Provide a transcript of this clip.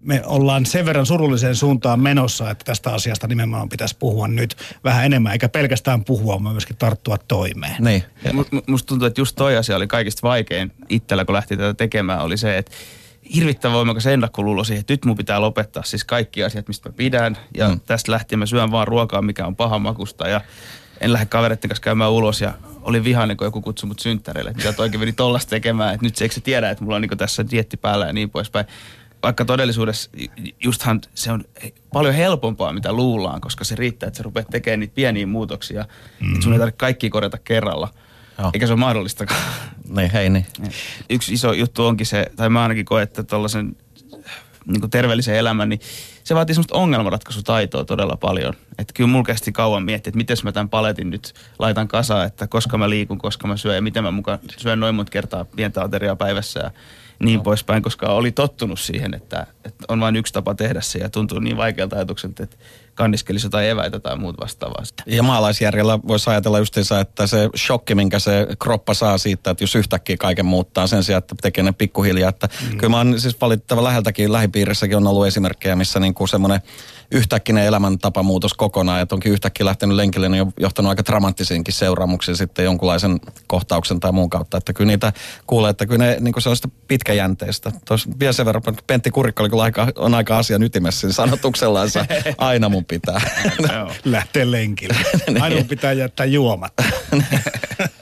me ollaan sen verran surulliseen suuntaan menossa, että tästä asiasta nimenomaan pitäisi puhua nyt vähän enemmän, eikä pelkästään puhua, vaan myöskin tarttua toimeen. Niin. Musta tuntuu, että just toi asia oli kaikista vaikein itsellä, kun lähti tätä tekemään, oli se, että hirvittävän voimakas ennakkoluulo siihen, että nyt mun pitää lopettaa siis kaikki asiat, mistä mä pidän. Ja tästä lähtien mä syön vaan ruokaa, mikä on paha makusta ja en lähde kavereiden kanssa käymään ulos ja olin vihainen, kun joku kutsui mut synttäreille, että mitä toikin meni tollasta tekemään, että nyt eikö se tiedä, että mulla on niin tässä dieetti päällä ja niin poispäin. Vaikka todellisuudessa justhan se on paljon helpompaa, mitä luullaan, koska se riittää, että sä rupeat tekemään niitä pieniä muutoksia, että sun ei tarvitse kaikkia korjata kerralla. Joo. Eikä se ole mahdollistakaan. Niin. Yksi iso juttu onkin se, tai mä ainakin koen, että tollaisen niin terveellisen elämän, niin se vaatii semmoista ongelmanratkaisutaitoa todella paljon. Että kyllä mulla kesti kauan miettiä, että miten mä tämän paletin nyt laitan kasaan, että koska mä liikun, koska mä syön ja miten mä mukaan syön noin monta kertaa pientä ateriaa päivässä ja niin poispäin, koska oli tottunut siihen, että on vain yksi tapa tehdä se ja tuntuu niin vaikealta ajatukselta, että kanniskelisi jotain eväitä tai muut vastaavaa. Ja maalaisjärjellä voisi ajatella justiinsa, että se shokki, minkä se kroppa saa siitä, että jos yhtäkkiä kaiken muuttaa sen sijaan, että tekee ne pikkuhiljaa. Että kyllä mä oon siis valitettavan läheltäkin, lähipiirissäkin on ollut esimerkkejä, missä niinku semmoinen yhtäkkinen elämäntapamuutos kokonaan, että onkin yhtäkkiä lähtenyt lenkille, niin on johtanut aika dramaattisiinkin seuraamuksiin sitten jonkunlaisen kohtauksen tai muun kautta. Että kyllä niitä kuulee, että kyllä ne niin se on sitä pitkäjänteistä. Tuossa vielä sen verran, Pentti Kurikka oli kyllä on aika asian ytimessä siinä sanotuksellansa. Aina mun pitää. Lähtee lenkille. Aina mun pitää jättää juomatta.